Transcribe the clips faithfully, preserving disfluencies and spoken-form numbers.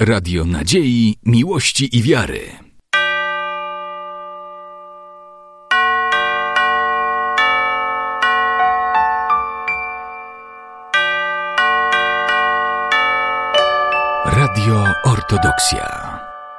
Radio nadziei, miłości i wiary. Radio Ortodoksja.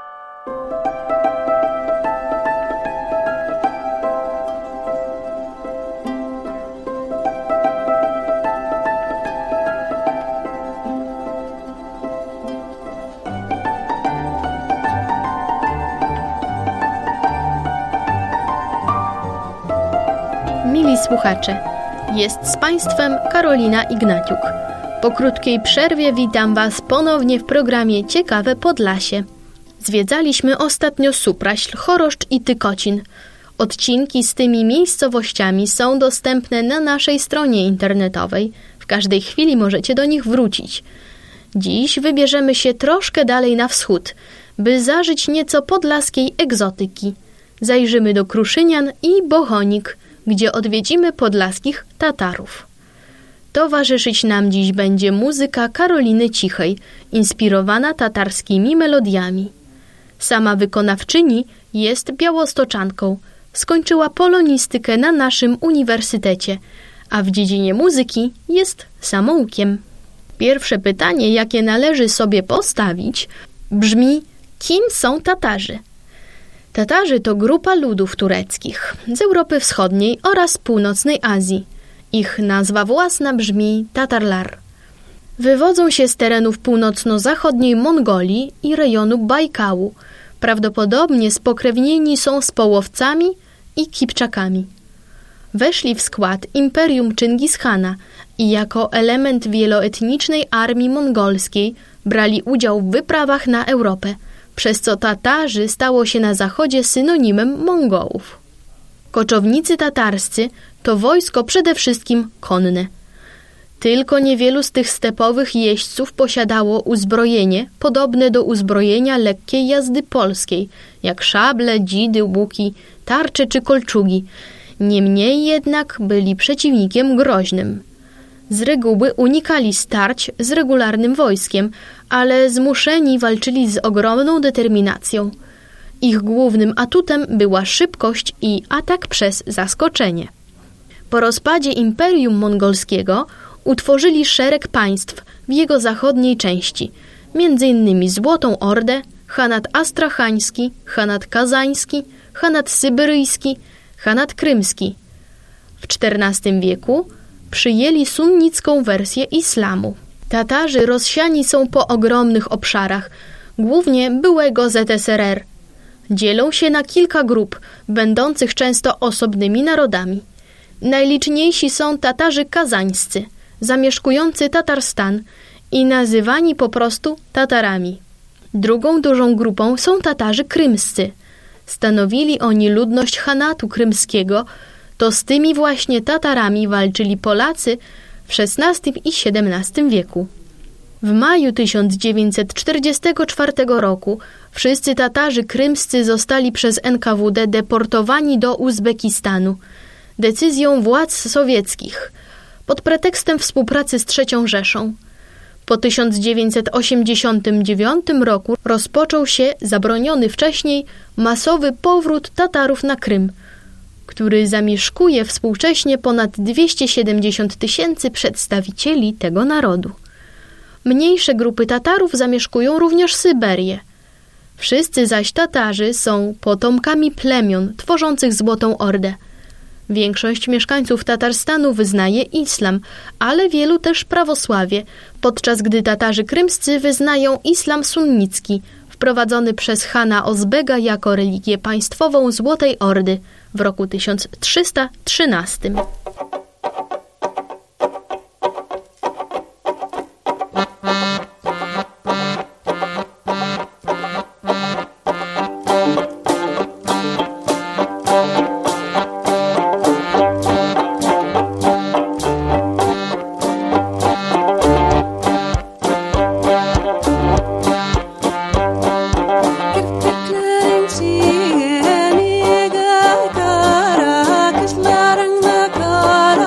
Mili słuchacze, jest z Państwem Karolina Ignaciuk. Po krótkiej przerwie witam Was ponownie w programie Ciekawe Podlasie. Zwiedzaliśmy ostatnio Supraśl, Choroszcz i Tykocin. Odcinki z tymi miejscowościami są dostępne na naszej stronie internetowej. W każdej chwili możecie do nich wrócić. Dziś wybierzemy się troszkę dalej na wschód, by zażyć nieco podlaskiej egzotyki. Zajrzymy do Kruszynian i Bochonik, gdzie odwiedzimy podlaskich Tatarów. Towarzyszyć nam dziś będzie muzyka Karoliny Cichej, inspirowana tatarskimi melodiami. Sama wykonawczyni jest białostoczanką, skończyła polonistykę na naszym uniwersytecie, a w dziedzinie muzyki jest samoukiem. Pierwsze pytanie, jakie należy sobie postawić, brzmi: kim są Tatarzy? Tatarzy to grupa ludów tureckich z Europy Wschodniej oraz Północnej Azji. Ich nazwa własna brzmi Tatarlar. Wywodzą się z terenów północno-zachodniej Mongolii i rejonu Bajkału. Prawdopodobnie spokrewnieni są z Połowcami i Kipczakami. Weszli w skład Imperium Czyngischana i jako element wieloetnicznej armii mongolskiej brali udział w wyprawach na Europę, przez co Tatarzy stało się na zachodzie synonimem Mongołów. Koczownicy tatarscy to wojsko przede wszystkim konne. Tylko niewielu z tych stepowych jeźdźców posiadało uzbrojenie podobne do uzbrojenia lekkiej jazdy polskiej, jak szable, dzidy, łuki, tarcze czy kolczugi. Niemniej jednak byli przeciwnikiem groźnym. Z reguły unikali starć z regularnym wojskiem, ale zmuszeni walczyli z ogromną determinacją. Ich głównym atutem była szybkość i atak przez zaskoczenie. Po rozpadzie Imperium Mongolskiego utworzyli szereg państw w jego zachodniej części, między innymi Złotą Ordę, Hanat Astrachański, Hanat Kazański, Hanat Syberyjski, Hanat Krymski. W czternastym wieku przyjęli sunnicką wersję islamu. Tatarzy rozsiani są po ogromnych obszarach, głównie byłego Z S R R. Dzielą się na kilka grup, będących często osobnymi narodami. Najliczniejsi są Tatarzy kazańscy, zamieszkujący Tatarstan i nazywani po prostu Tatarami. Drugą dużą grupą są Tatarzy krymscy. Stanowili oni ludność Hanatu krymskiego, to z tymi właśnie Tatarami walczyli Polacy w szesnastym i siedemnastym wieku. W maju tysiąc dziewięćset czterdziestego czwartego roku wszyscy Tatarzy krymscy zostali przez N K W D deportowani do Uzbekistanu decyzją władz sowieckich pod pretekstem współpracy z trzecią Rzeszą. Po tysiąc dziewięćset osiemdziesiątym dziewiątym roku rozpoczął się zabroniony wcześniej masowy powrót Tatarów na Krym, który zamieszkuje współcześnie ponad dwieście siedemdziesiąt tysięcy przedstawicieli tego narodu. Mniejsze grupy Tatarów zamieszkują również Syberię. Wszyscy zaś Tatarzy są potomkami plemion tworzących Złotą Ordę. Większość mieszkańców Tatarstanu wyznaje islam, ale wielu też prawosławie, podczas gdy Tatarzy krymscy wyznają islam sunnicki, wprowadzony przez Hana Ozbega jako religię państwową Złotej Ordy w roku tysiąc trzysta trzynastym. Kara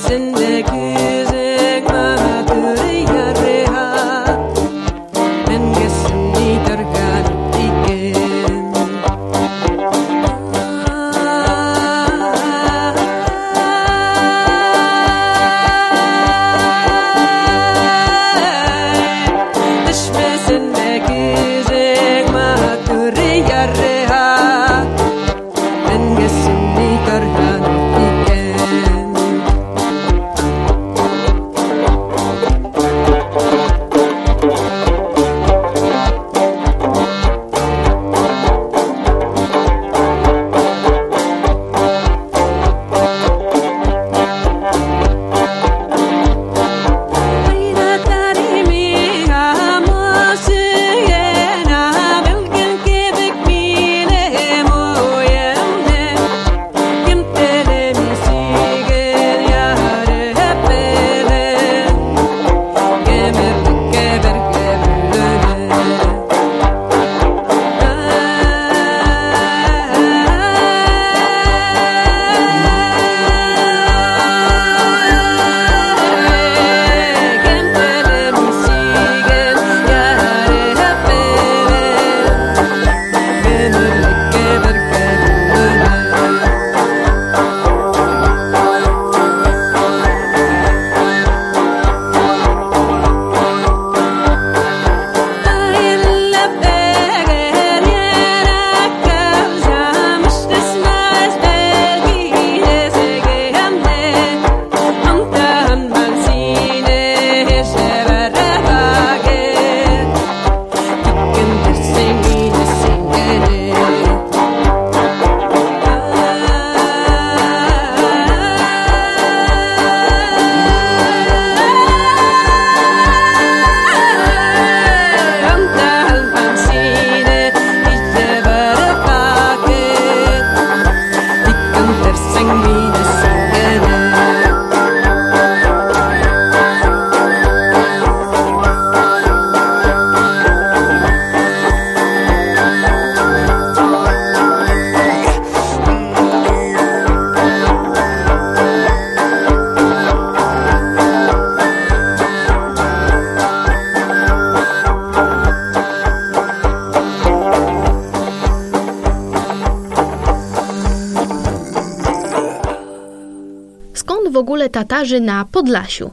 w ogóle Tatarzy na Podlasiu?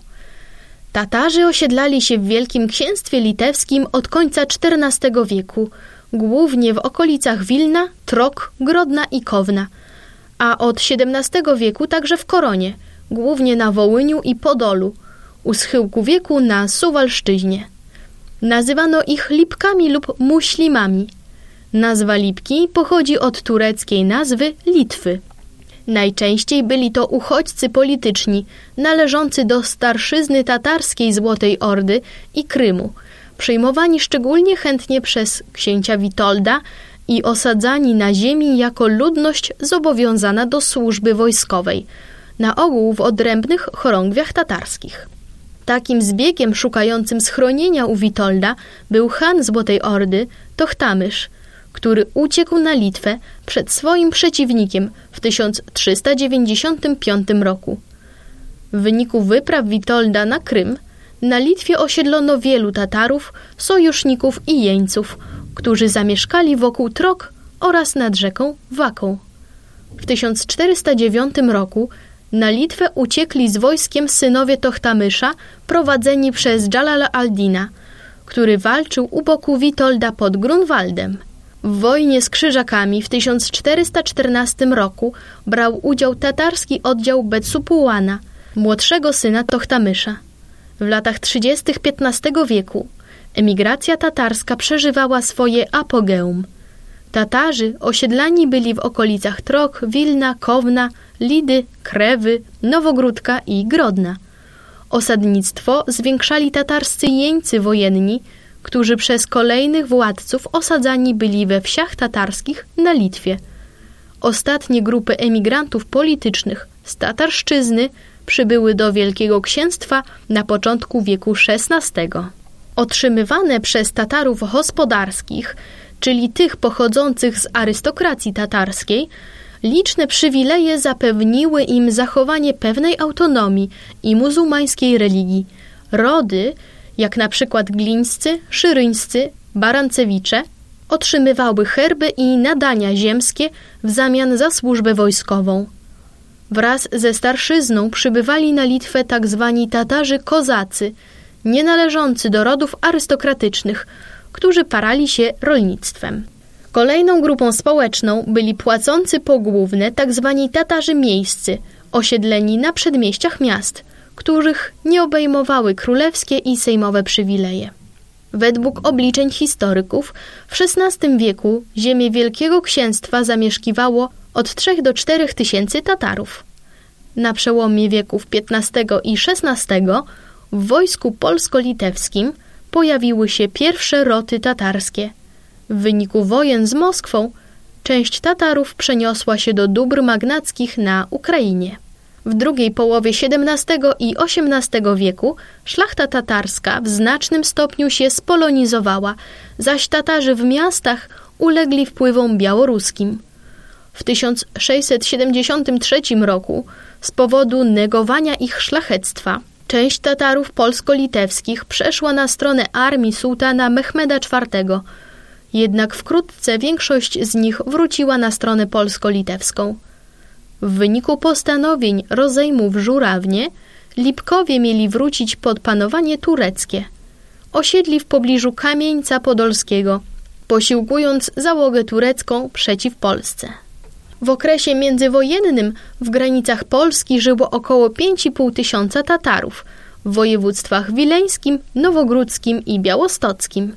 Tatarzy osiedlali się w Wielkim Księstwie Litewskim od końca czternastego wieku, głównie w okolicach Wilna, Trok, Grodna i Kowna, a od siedemnastego wieku także w Koronie, głównie na Wołyniu i Podolu, u schyłku wieku na Suwalszczyźnie. Nazywano ich Lipkami lub Muślimami. Nazwa Lipki pochodzi od tureckiej nazwy Litwy. Najczęściej byli to uchodźcy polityczni, należący do starszyzny tatarskiej Złotej Ordy i Krymu, przyjmowani szczególnie chętnie przez księcia Witolda i osadzani na ziemi jako ludność zobowiązana do służby wojskowej, na ogół w odrębnych chorągwiach tatarskich. Takim zbiegiem szukającym schronienia u Witolda był Chan Złotej Ordy, Tochtamysz, który uciekł na Litwę przed swoim przeciwnikiem w tysiąc trzysta dziewięćdziesiątym piątym roku. W wyniku wypraw Witolda na Krym na Litwie osiedlono wielu Tatarów, sojuszników i jeńców, którzy zamieszkali wokół Trok oraz nad rzeką Waką. W tysiąc czterysta dziewiątym roku na Litwę uciekli z wojskiem synowie Tochtamysza prowadzeni przez Dżalala al-Dina, który walczył u boku Witolda pod Grunwaldem. W wojnie z Krzyżakami w tysiąc czterysta czternastym roku brał udział tatarski oddział Betsupułana, młodszego syna Tochtamysza. W latach trzydziestych piętnastego wieku emigracja tatarska przeżywała swoje apogeum. Tatarzy osiedlani byli w okolicach Trok, Wilna, Kowna, Lidy, Krewy, Nowogródka i Grodna. Osadnictwo zwiększali tatarscy jeńcy wojenni, którzy przez kolejnych władców osadzani byli we wsiach tatarskich na Litwie. Ostatnie grupy emigrantów politycznych z Tatarszczyzny przybyły do Wielkiego Księstwa na początku wieku szesnastego. Otrzymywane przez Tatarów gospodarskich, czyli tych pochodzących z arystokracji tatarskiej, Liczne przywileje zapewniły im zachowanie pewnej autonomii i muzułmańskiej religii. Rody, jak na przykład glińscy, szyryńscy, barancewicze, otrzymywały herby i nadania ziemskie w zamian za służbę wojskową. Wraz ze starszyzną przybywali na Litwę tak zwani Tatarzy kozacy, nie należący do rodów arystokratycznych, którzy parali się rolnictwem. Kolejną grupą społeczną byli płacący pogłówne tak zwani Tatarzy miejscy, osiedleni na przedmieściach miast, których nie obejmowały królewskie i sejmowe przywileje. Według obliczeń historyków w szesnastym wieku ziemię Wielkiego Księstwa zamieszkiwało od trzech do czterech tysięcy Tatarów. Na przełomie wieków piętnastego i szesnastego w wojsku polsko-litewskim pojawiły się pierwsze roty tatarskie. W wyniku wojen z Moskwą część Tatarów przeniosła się do dóbr magnackich na Ukrainie. W drugiej połowie siedemnastego i osiemnastego wieku szlachta tatarska w znacznym stopniu się spolonizowała, zaś Tatarzy w miastach ulegli wpływom białoruskim. W tysiąc sześćset siedemdziesiątym trzecim roku z powodu negowania ich szlachectwa część Tatarów polsko-litewskich przeszła na stronę armii sułtana Mehmeda czwartego, jednak wkrótce większość z nich wróciła na stronę polsko-litewską. W wyniku postanowień rozejmu w Żurawnie Lipkowie mieli wrócić pod panowanie tureckie. Osiedli w pobliżu Kamieńca Podolskiego, posiłkując załogę turecką przeciw Polsce. W okresie międzywojennym w granicach Polski żyło około pięć i pół tysiąca Tatarów w województwach wileńskim, nowogródzkim i białostockim.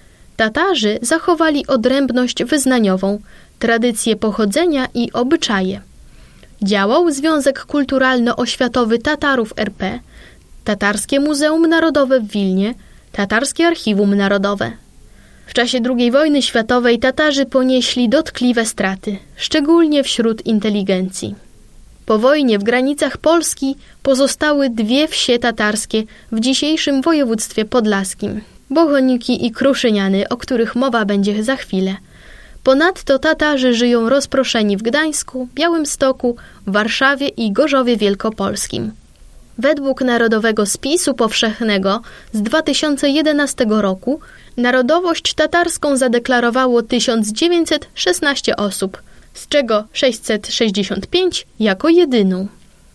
Tatarzy zachowali odrębność wyznaniową, tradycje pochodzenia i obyczaje. Działał Związek Kulturalno-Oświatowy Tatarów R P, Tatarskie Muzeum Narodowe w Wilnie, Tatarskie Archiwum Narodowe. W czasie drugiej wojny światowej Tatarzy ponieśli dotkliwe straty, szczególnie wśród inteligencji. Po wojnie w granicach Polski pozostały dwie wsie tatarskie w dzisiejszym województwie podlaskim, Bohoniki i Kruszyniany, o których mowa będzie za chwilę. Ponadto Tatarzy żyją rozproszeni w Gdańsku, Białymstoku, Warszawie i Gorzowie Wielkopolskim. Według Narodowego Spisu Powszechnego z dwa tysiące jedenastego roku narodowość tatarską zadeklarowało tysiąc dziewięćset szesnaście osób, z czego sześćset sześćdziesiąt pięć jako jedyną.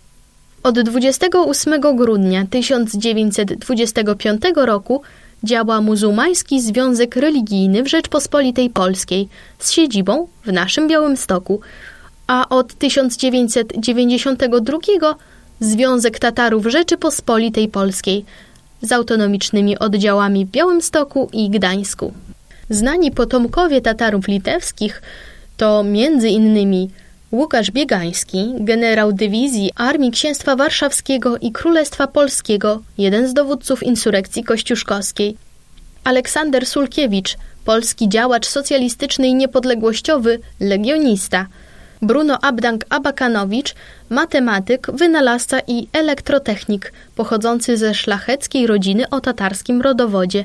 Od dwudziestego ósmego grudnia tysiąc dziewięćset dwudziestego piątego roku działa Muzułmański Związek Religijny w Rzeczpospolitej Polskiej z siedzibą w naszym Białymstoku, a od tysiąc dziewięćset dziewięćdziesiątego drugiego Związek Tatarów Rzeczypospolitej Polskiej z autonomicznymi oddziałami w Białymstoku i Gdańsku. Znani potomkowie Tatarów litewskich to między innymi Łukasz Biegański, generał dywizji Armii Księstwa Warszawskiego i Królestwa Polskiego, jeden z dowódców insurekcji kościuszkowskiej, Aleksander Sulkiewicz, polski działacz socjalistyczny i niepodległościowy, legionista, Bruno Abdank-Abakanowicz, matematyk, wynalazca i elektrotechnik pochodzący ze szlacheckiej rodziny o tatarskim rodowodzie,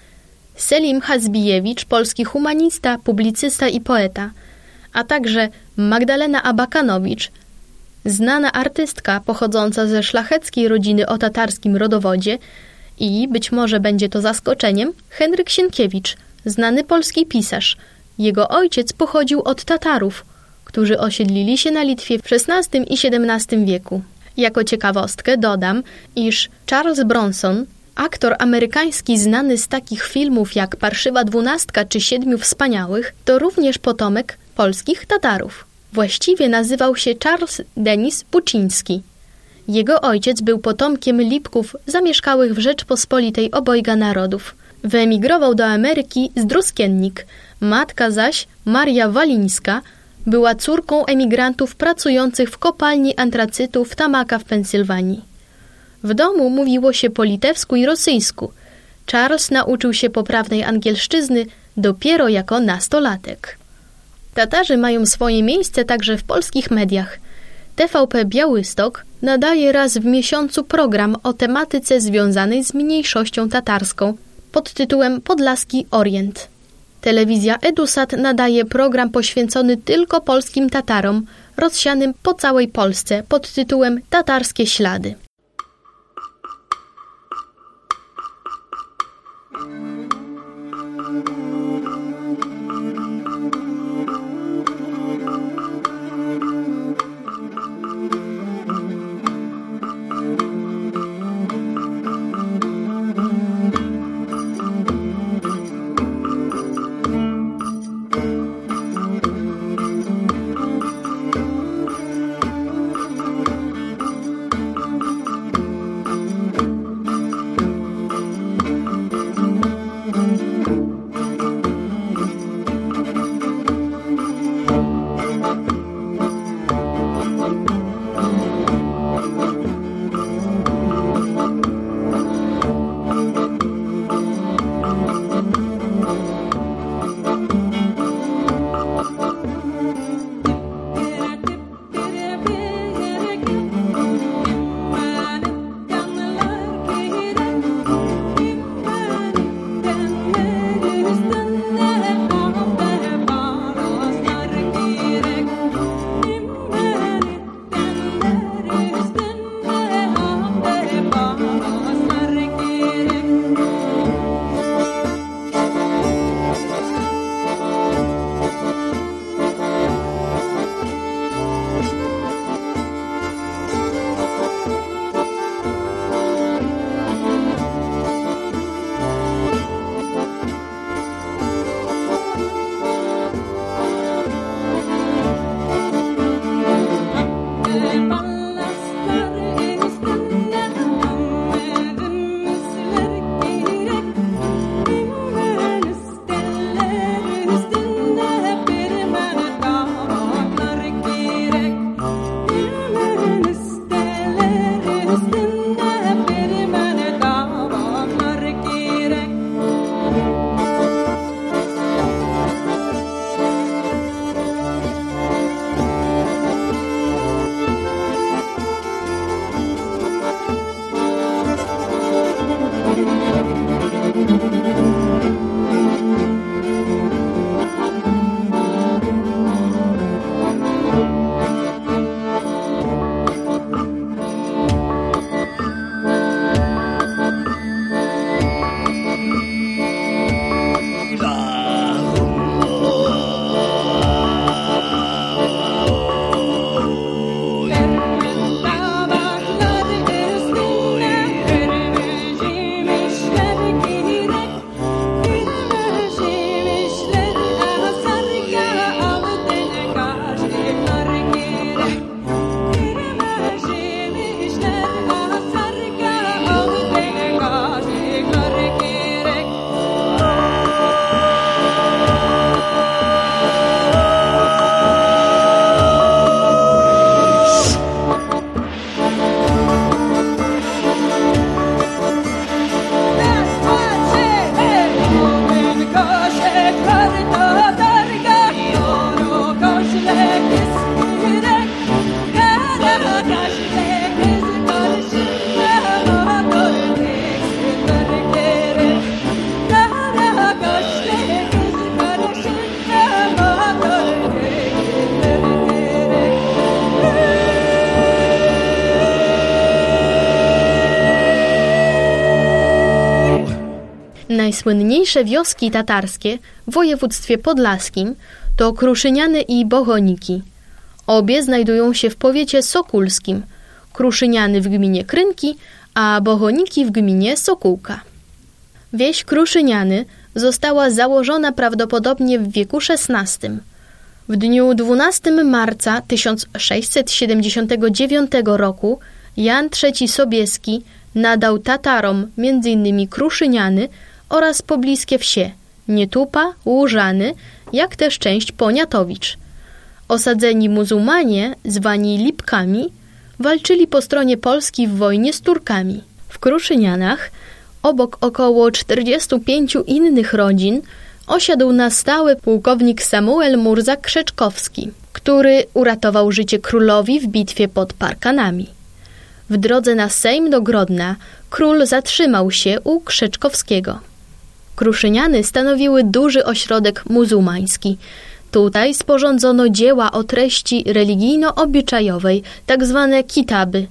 Selim Hazbijewicz, polski humanista, publicysta i poeta, a także Magdalena Abakanowicz, znana artystka pochodząca ze szlacheckiej rodziny o tatarskim rodowodzie i, być może będzie to zaskoczeniem, Henryk Sienkiewicz, znany polski pisarz. Jego ojciec pochodził od Tatarów, którzy osiedlili się na Litwie w szesnastym i siedemnastym wieku. Jako ciekawostkę dodam, iż Charles Bronson, aktor amerykański znany z takich filmów jak Parszywa dwunastka czy Siedmiu Wspaniałych, to również potomek polskich Tatarów. Właściwie nazywał się Charles Denis Buczyński. Jego ojciec był potomkiem Lipków zamieszkałych w Rzeczpospolitej obojga narodów. Wyemigrował do Ameryki z Druskiennik. Matka zaś, Maria Walińska, była córką emigrantów pracujących w kopalni antracytu w Tamaka w Pensylwanii. W domu mówiło się po litewsku i rosyjsku. Charles nauczył się poprawnej angielszczyzny dopiero jako nastolatek. Tatarzy mają swoje miejsce także w polskich mediach. T V P Białystok nadaje raz w miesiącu program o tematyce związanej z mniejszością tatarską pod tytułem Podlaski Orient. Telewizja Edusat nadaje program poświęcony tylko polskim Tatarom, rozsianym po całej Polsce pod tytułem Tatarskie Ślady. Najsłynniejsze wioski tatarskie w województwie podlaskim to Kruszyniany i Bohoniki. Obie znajdują się w powiecie sokólskim. Kruszyniany w gminie Krynki, a Bohoniki w gminie Sokółka. Wieś Kruszyniany została założona prawdopodobnie w wieku szesnastym. W dniu dwunastego marca tysiąc sześćset siedemdziesiątego dziewiątego roku Jan trzeci Sobieski nadał Tatarom między innymi Kruszyniany oraz pobliskie wsie Nietupa, Łużany, jak też część Poniatowicz. Osadzeni muzułmanie, zwani Lipkami, walczyli po stronie Polski w wojnie z Turkami. W Kruszynianach, obok około czterdziestu pięciu innych rodzin, osiadł na stałe pułkownik Samuel Murzak-Krzeczkowski, który uratował życie królowi w bitwie pod Parkanami. W drodze na Sejm do Grodna król zatrzymał się u Krzeczkowskiego. Kruszyniany stanowiły duży ośrodek muzułmański. Tutaj sporządzono dzieła o treści religijno-obyczajowej, tak zwane kitaby.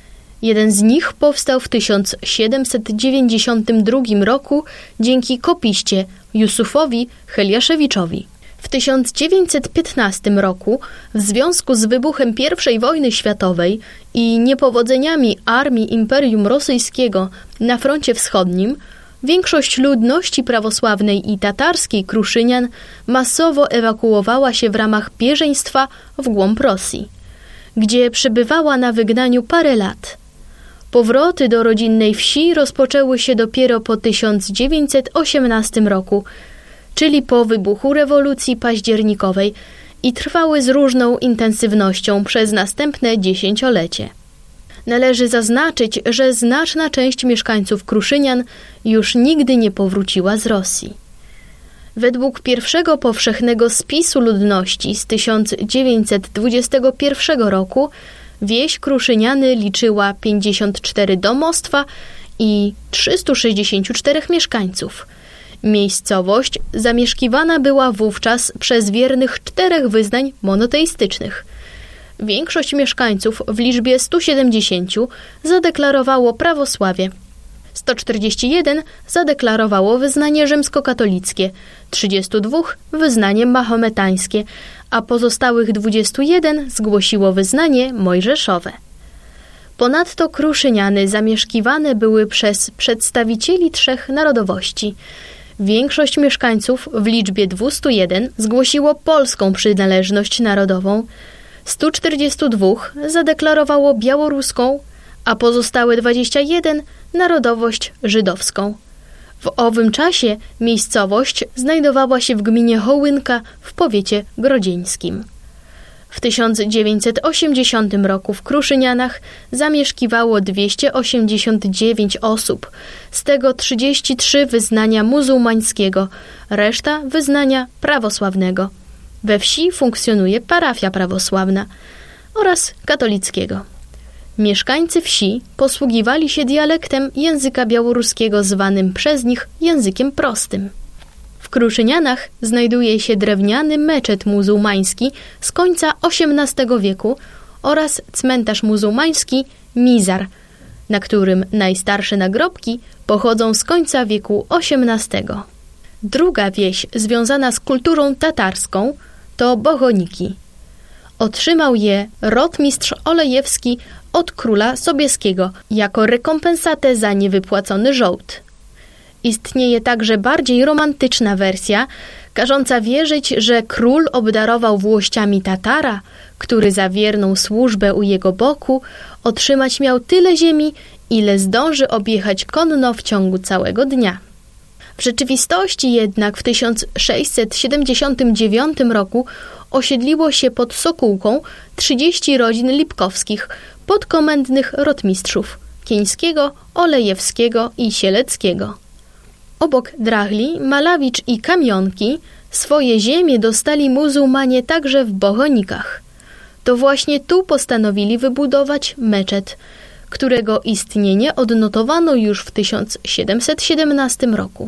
Jeden z nich powstał w tysiąc siedemset dziewięćdziesiątym drugim roku dzięki kopiście Jusufowi Heliaszewiczowi. W tysiąc dziewięćset piętnastym roku w związku z wybuchem pierwszej wojny światowej i niepowodzeniami armii Imperium Rosyjskiego na froncie wschodnim większość ludności prawosławnej i tatarskiej Kruszynian masowo ewakuowała się w ramach bieżeństwa w głąb Rosji, gdzie przebywała na wygnaniu parę lat. Powroty do rodzinnej wsi rozpoczęły się dopiero po tysiąc dziewięćset osiemnastym roku, czyli po wybuchu rewolucji październikowej i trwały z różną intensywnością przez następne dziesięciolecie. Należy zaznaczyć, że znaczna część mieszkańców Kruszynian już nigdy nie powróciła z Rosji. Według pierwszego powszechnego spisu ludności z tysiąc dziewięćset dwudziestego pierwszego roku wieś Kruszyniany liczyła pięćdziesiąt cztery domostwa i trzysta sześćdziesiąt cztery mieszkańców. Miejscowość zamieszkiwana była wówczas przez wiernych czterech wyznań monoteistycznych. Większość mieszkańców w liczbie stu siedemdziesięciu zadeklarowało prawosławie. sto czterdzieści jeden zadeklarowało wyznanie rzymskokatolickie, trzydzieści dwa wyznanie mahometańskie, a pozostałych dwadzieścia jeden zgłosiło wyznanie mojżeszowe. Ponadto Kruszyniany zamieszkiwane były przez przedstawicieli trzech narodowości. Większość mieszkańców w liczbie dwieście jeden zgłosiło polską przynależność narodową, sto czterdzieści dwa zadeklarowało białoruską, a pozostałe dwadzieścia jeden narodowość żydowską. W owym czasie miejscowość znajdowała się w gminie Hołynka w powiecie grodzieńskim. W tysiąc dziewięćset osiemdziesiątym roku w Kruszynianach zamieszkiwało dwieście osiemdziesiąt dziewięć osób, z tego trzydzieści trzy wyznania muzułmańskiego, reszta wyznania prawosławnego. We wsi funkcjonuje parafia prawosławna oraz katolickiego. Mieszkańcy wsi posługiwali się dialektem języka białoruskiego zwanym przez nich językiem prostym. W Kruszynianach znajduje się drewniany meczet muzułmański z końca osiemnastego wieku oraz cmentarz muzułmański Mizar, na którym najstarsze nagrobki pochodzą z końca wieku osiemnastego. Druga wieś związana z kulturą tatarską to Bohoniki. Otrzymał je rotmistrz Olejewski od króla Sobieskiego jako rekompensatę za niewypłacony żołd. Istnieje także bardziej romantyczna wersja, każąca wierzyć, że król obdarował włościami Tatara, który za wierną służbę u jego boku otrzymać miał tyle ziemi, ile zdąży objechać konno w ciągu całego dnia. W rzeczywistości jednak w tysiąc sześćset siedemdziesiątym dziewiątym roku osiedliło się pod Sokółką trzydzieści rodzin lipkowskich, podkomendnych rotmistrzów Kieńskiego, Olejewskiego i Sieleckiego. Obok Drachli, Malawicz i Kamionki swoje ziemie dostali muzułmanie także w Bohonikach. To właśnie tu postanowili wybudować meczet, którego istnienie odnotowano już w tysiąc siedemset siedemnastym roku.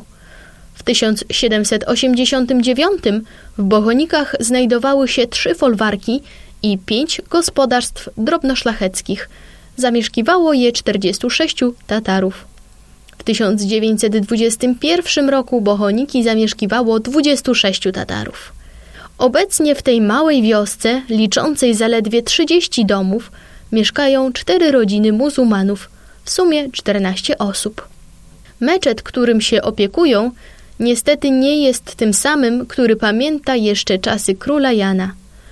W tysiąc siedemset osiemdziesiątym dziewiątym w Bohonikach znajdowały się trzy folwarki i pięć gospodarstw drobnoszlacheckich. Zamieszkiwało je czterdziestu sześciu Tatarów. W tysiąc dziewięćset dwudziestym pierwszym roku Bohoniki zamieszkiwało dwudziestu sześciu Tatarów. Obecnie w tej małej wiosce, liczącej zaledwie trzydzieści domów, mieszkają cztery rodziny muzułmanów, w sumie czternaście osób. Meczet, którym się opiekują, niestety nie jest tym samym, który pamięta jeszcze czasy króla Jana.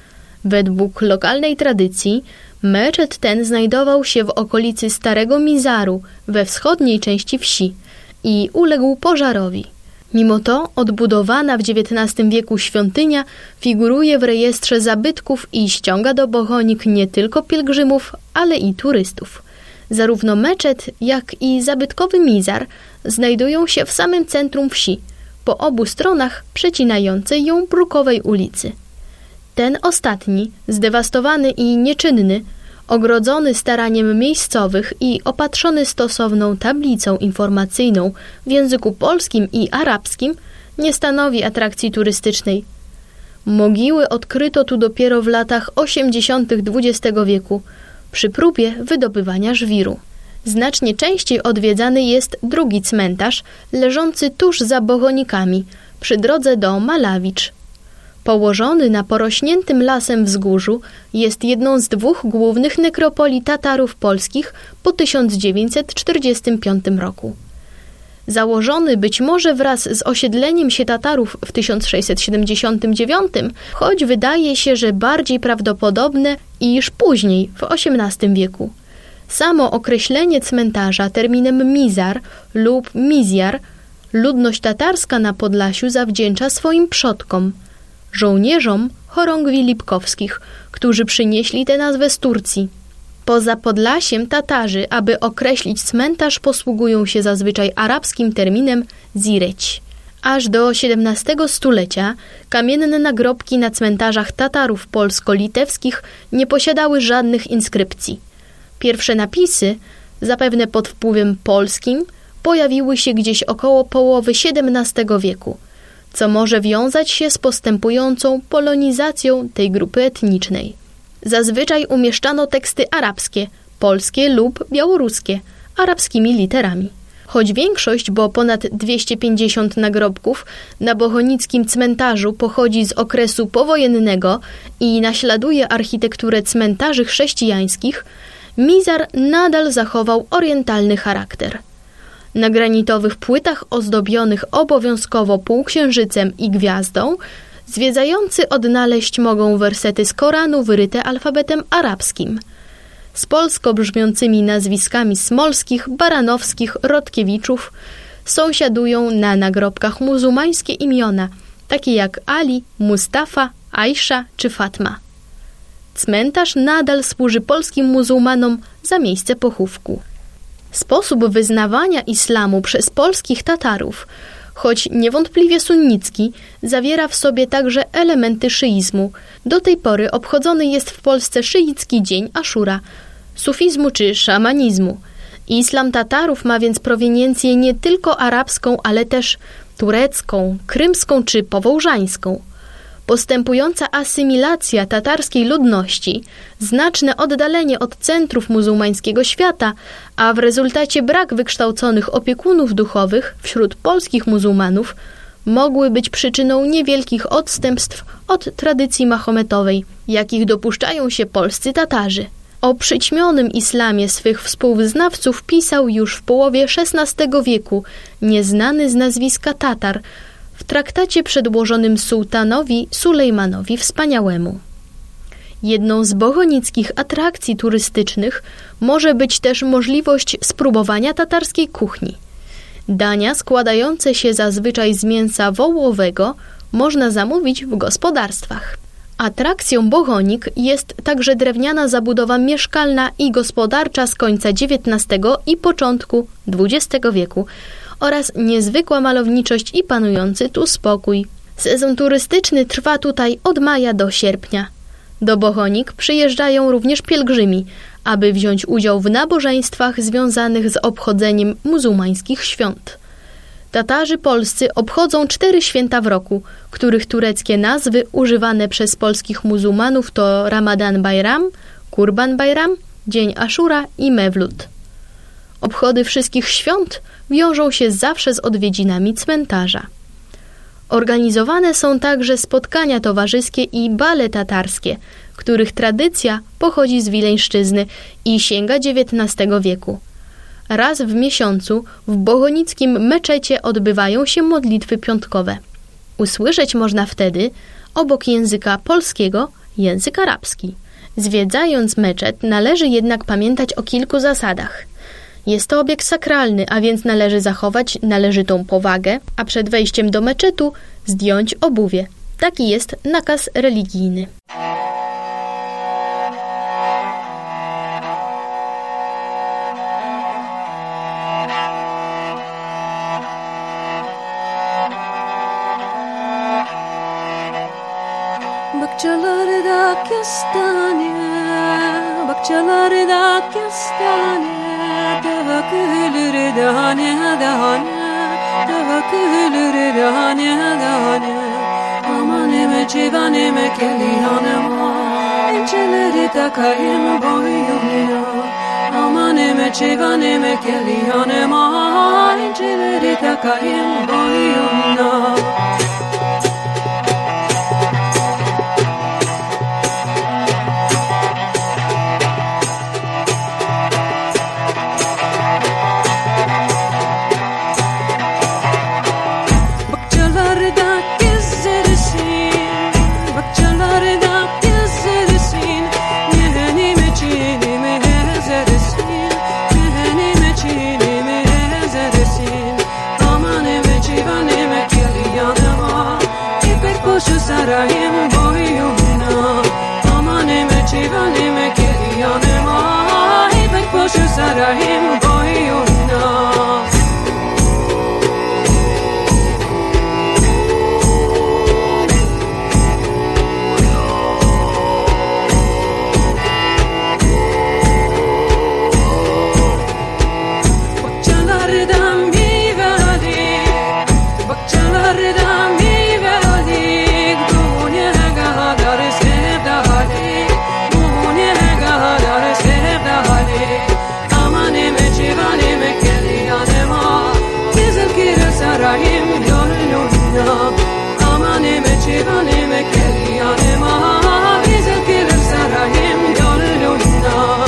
Według lokalnej tradycji meczet ten znajdował się w okolicy Starego Mizaru, we wschodniej części wsi i uległ pożarowi. Mimo to odbudowana w dziewiętnastym wieku świątynia figuruje w rejestrze zabytków i ściąga do Bohonik nie tylko pielgrzymów, ale i turystów. Zarówno meczet, jak i zabytkowy Mizar znajdują się w samym centrum wsi, po obu stronach przecinającej ją brukowej ulicy. Ten ostatni, zdewastowany i nieczynny, Ogrodzony staraniem miejscowych i opatrzony stosowną tablicą informacyjną w języku polskim i arabskim, nie stanowi atrakcji turystycznej. Mogiły odkryto tu dopiero w latach osiemdziesiątych dwudziestego wieku, przy próbie wydobywania żwiru. Znacznie częściej odwiedzany jest drugi cmentarz, leżący tuż za Bohonikami, przy drodze do Malawicz. Położony na porośniętym lasem wzgórzu, jest jedną z dwóch głównych nekropolii Tatarów polskich po tysiąc dziewięćset czterdziestym piątym roku. Założony być może wraz z osiedleniem się Tatarów w tysiąc sześćset siedemdziesiątym dziewiątym, choć wydaje się, że bardziej prawdopodobne, iż później, w osiemnastym wieku. Samo określenie cmentarza terminem mizar lub mizjar ludność tatarska na Podlasiu zawdzięcza swoim przodkom, żołnierzom chorągwi lipkowskich, którzy przynieśli tę nazwę z Turcji. Poza Podlasiem Tatarzy, aby określić cmentarz, posługują się zazwyczaj arabskim terminem zireć. Aż do siedemnastego stulecia kamienne nagrobki na cmentarzach Tatarów polsko-litewskich nie posiadały żadnych inskrypcji. Pierwsze napisy, zapewne pod wpływem polskim, pojawiły się gdzieś około połowy siedemnastego wieku, co może wiązać się z postępującą polonizacją tej grupy etnicznej. Zazwyczaj umieszczano teksty arabskie, polskie lub białoruskie, arabskimi literami. Choć większość, bo ponad dwieście pięćdziesiąt nagrobków na bohonickim cmentarzu pochodzi z okresu powojennego i naśladuje architekturę cmentarzy chrześcijańskich, mizar nadal zachował orientalny charakter. Na granitowych płytach ozdobionych obowiązkowo półksiężycem i gwiazdą zwiedzający odnaleźć mogą wersety z Koranu wyryte alfabetem arabskim. Z polsko brzmiącymi nazwiskami Smolskich, Baranowskich, Rodkiewiczów sąsiadują na nagrobkach muzułmańskie imiona, takie jak Ali, Mustafa, Aisza czy Fatma. Cmentarz nadal służy polskim muzułmanom za miejsce pochówku. Sposób wyznawania islamu przez polskich Tatarów, choć niewątpliwie sunnicki, zawiera w sobie także elementy szyizmu. Do tej pory obchodzony jest w Polsce szyicki dzień Aszura, sufizmu czy szamanizmu. Islam Tatarów ma więc proweniencję nie tylko arabską, ale też turecką, krymską czy powołżańską. Postępująca asymilacja tatarskiej ludności, znaczne oddalenie od centrów muzułmańskiego świata, a w rezultacie brak wykształconych opiekunów duchowych wśród polskich muzułmanów mogły być przyczyną niewielkich odstępstw od tradycji mahometowej, jakich dopuszczają się polscy Tatarzy. O przyćmionym islamie swych współwyznawców pisał już w połowie szesnastego wieku nieznany z nazwiska Tatar, w traktacie przedłożonym sułtanowi Sulejmanowi Wspaniałemu. Jedną z bohonickich atrakcji turystycznych może być też możliwość spróbowania tatarskiej kuchni. Dania składające się zazwyczaj z mięsa wołowego można zamówić w gospodarstwach. Atrakcją Bohonik jest także drewniana zabudowa mieszkalna i gospodarcza z końca dziewiętnastego i początku dwudziestego wieku, oraz niezwykła malowniczość i panujący tu spokój. Sezon turystyczny trwa tutaj od maja do sierpnia. Do Bohonik przyjeżdżają również pielgrzymi, aby wziąć udział w nabożeństwach związanych z obchodzeniem muzułmańskich świąt. Tatarzy polscy obchodzą cztery święta w roku, których tureckie nazwy używane przez polskich muzułmanów to Ramadan Bayram, Kurban Bayram, Dzień Aszura i Mewlud. Obchody wszystkich świąt wiążą się zawsze z odwiedzinami cmentarza. Organizowane są także spotkania towarzyskie i bale tatarskie, których tradycja pochodzi z Wileńszczyzny i sięga dziewiętnastego wieku. Raz w miesiącu w bohonickim meczecie odbywają się modlitwy piątkowe. Usłyszeć można wtedy, obok języka polskiego, język arabski. Zwiedzając meczet należy jednak pamiętać o kilku zasadach. Jest to obiekt sakralny, a więc należy zachować należytą powagę, a przed wejściem do meczetu zdjąć obuwie. Taki jest nakaz religijny. Bakçalarda kestane, bak Bakçaları da kestane, dökülür dane dane, dökülür dane dane. Aman eme civan eme kelihanema, inceleri takayım boyuna. Aman eme civan eme kelihanema, inceleri takayım boyuna. Sarayım boyuna, aman eme civan eme kelihanema, ipek boşu sarayım boyuna. Bakçalardan meyveli, bakçalardan sarayım yoluna, aman eme civan eme kelihanema, güzel gelir sarayım yoluna.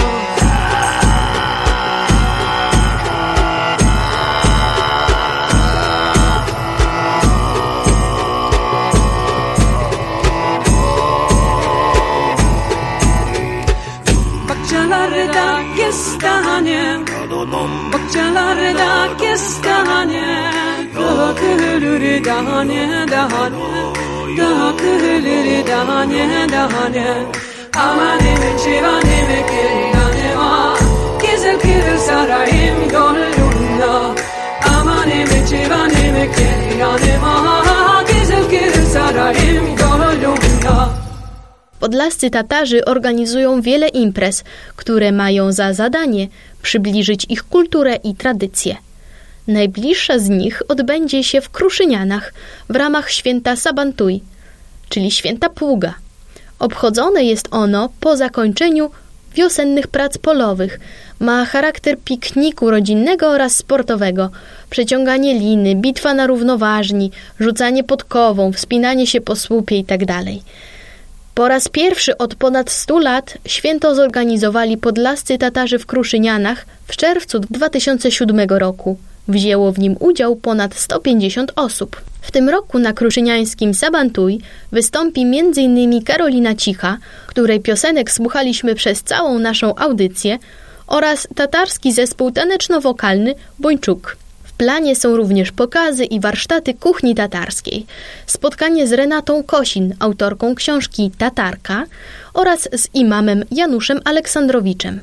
Bakçalarda kestane, bakçalarda kestane, dökülür dane dane, dökülür dane dane. Aman eme civan eme kelihanema, güzel gelir sarayım yoluna. Aman eme civan eme kelihanema, güzel gelir sarayım yoluna. Podlascy Tatarzy organizują wiele imprez, które mają za zadanie przybliżyć ich kulturę i tradycje. Najbliższa z nich odbędzie się w Kruszynianach w ramach święta Sabantuj, czyli święta pługa. Obchodzone jest ono po zakończeniu wiosennych prac polowych. Ma charakter pikniku rodzinnego oraz sportowego. Przeciąganie liny, bitwa na równoważni, rzucanie podkową, wspinanie się po słupie itd. Po raz pierwszy od ponad stu lat święto zorganizowali podlascy Tatarzy w Kruszynianach w czerwcu dwa tysiące siódmego roku. Wzięło w nim udział ponad sto pięćdziesiąt osób. W tym roku na kruszyniańskim Sabantuj wystąpi między innymi Karolina Cicha, której piosenek słuchaliśmy przez całą naszą audycję, oraz tatarski zespół taneczno-wokalny Bończuk. W planie są również pokazy i warsztaty kuchni tatarskiej, spotkanie z Renatą Kosin, autorką książki Tatarka, oraz z imamem Januszem Aleksandrowiczem.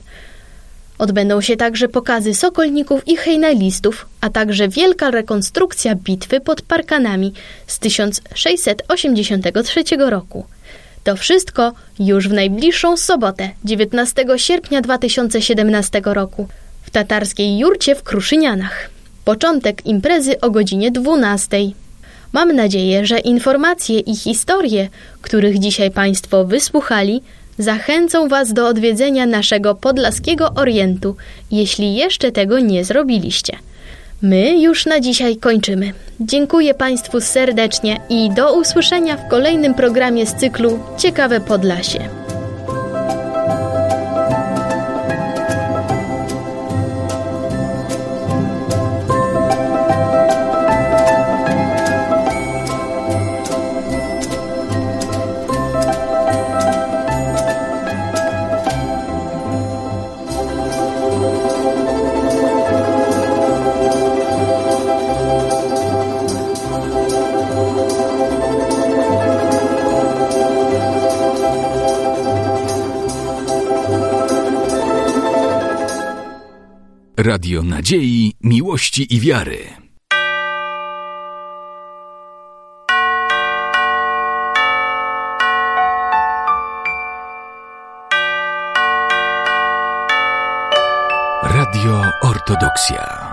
Odbędą się także pokazy sokolników i hejnalistów, a także wielka rekonstrukcja bitwy pod Parkanami z tysiąc sześćset osiemdziesiątego trzeciego roku. To wszystko już w najbliższą sobotę, dziewiętnastego sierpnia dwa tysiące siedemnastego roku, w tatarskiej jurcie w Kruszynianach. Początek imprezy o godzinie dwunastej. Mam nadzieję, że informacje i historie, których dzisiaj Państwo wysłuchali, zachęcą Was do odwiedzenia naszego podlaskiego Orientu, jeśli jeszcze tego nie zrobiliście. My już na dzisiaj kończymy. Dziękuję Państwu serdecznie i do usłyszenia w kolejnym programie z cyklu Ciekawe Podlasie. Radio Nadziei, Miłości i Wiary. Radio Ortodoksja.